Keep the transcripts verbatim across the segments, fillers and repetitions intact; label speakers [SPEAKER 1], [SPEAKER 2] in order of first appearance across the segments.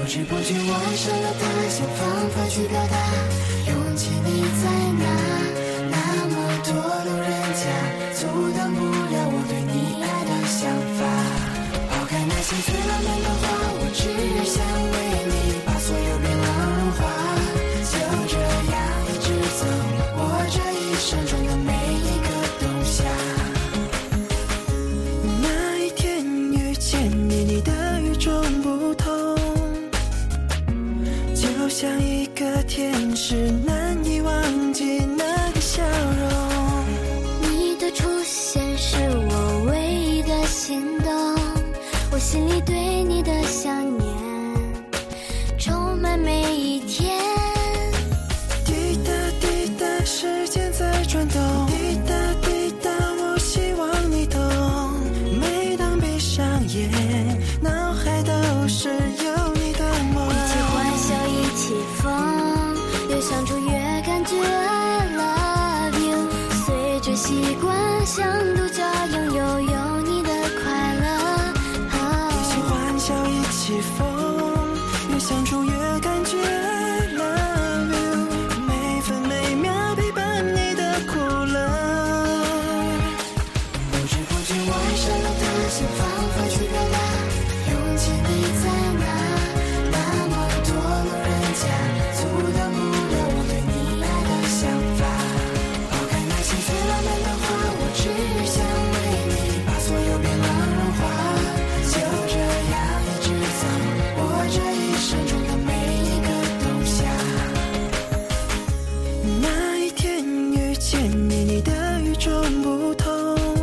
[SPEAKER 1] 知不觉我爱上了他，想方法去表达，勇气你在哪？那么多路人甲，阻挡不了我对你爱的想法。抛开那些最浪漫的话，我只想为你把所有变朗融化，就这样一直走，我这一生中的每一个冬夏。
[SPEAKER 2] 那一天遇见你，你的与众不同，就像一个天使，难以忘记那个笑容。
[SPEAKER 3] 你的出现是我唯一的心动，我心里对你的想念充满每一天。
[SPEAKER 2] 滴答滴答，时间在转动，滴答滴答，我希望你懂。每当闭上眼，脑海都是有你的梦。
[SPEAKER 3] 一起欢笑，一起疯，越相处越感觉 I love you。随着习惯，像独角拥有有你的快乐。
[SPEAKER 2] 一起欢笑，一起疯，越相处越感觉 I love you。每分每秒陪伴你的苦乐。
[SPEAKER 1] 不知不觉我爱上了他，想方法去表达，勇气你在哪？那么多路人甲，阻挡不了我对你爱的想法。抛开那些最浪漫的话，我只想为你把所有变朗融化，就这样一直走，我这一生中的每一个冬夏。
[SPEAKER 2] 那一天遇见你，你的与众不同，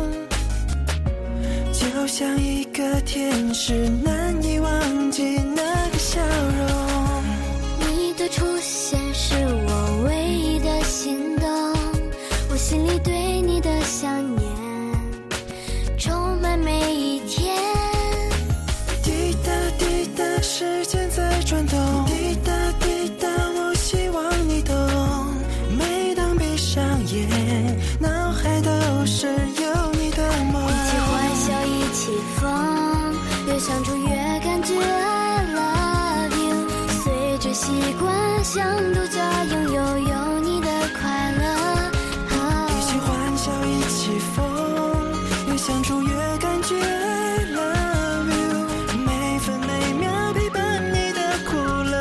[SPEAKER 2] 就像一个天使，难以忘记那个笑容。
[SPEAKER 3] 你的出现是我唯一的心动，我心里对你的想念充满每一天。
[SPEAKER 2] 滴答滴答，时间在转动，滴答滴答，我希望你懂。每当闭上眼，脑海都是有你的梦。
[SPEAKER 3] 一起欢笑，一起疯，越相处越感觉 I love you。随着习惯，像独角拥有有你的快乐。
[SPEAKER 2] 一起欢笑，一起疯，越相处越感觉 I love you。每分每秒陪伴你的苦乐。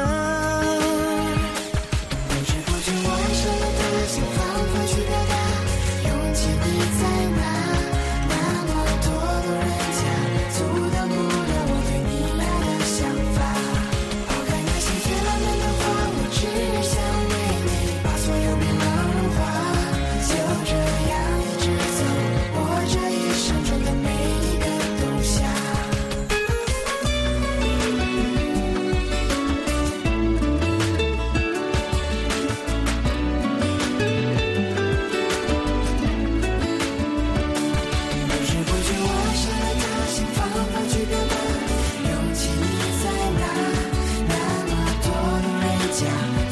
[SPEAKER 1] 不知不觉我爱上了他，想方法去表达，勇气你在哪？那么多路人甲，阻挡不了我对你爱的想法。抛开那些最浪漫的话，我只想为你把所有变朗融化，就这样一直走，我这一生中的每一个冬夏。不知不觉我爱上了他，想方法去表达，勇气你在哪？那么多路人甲，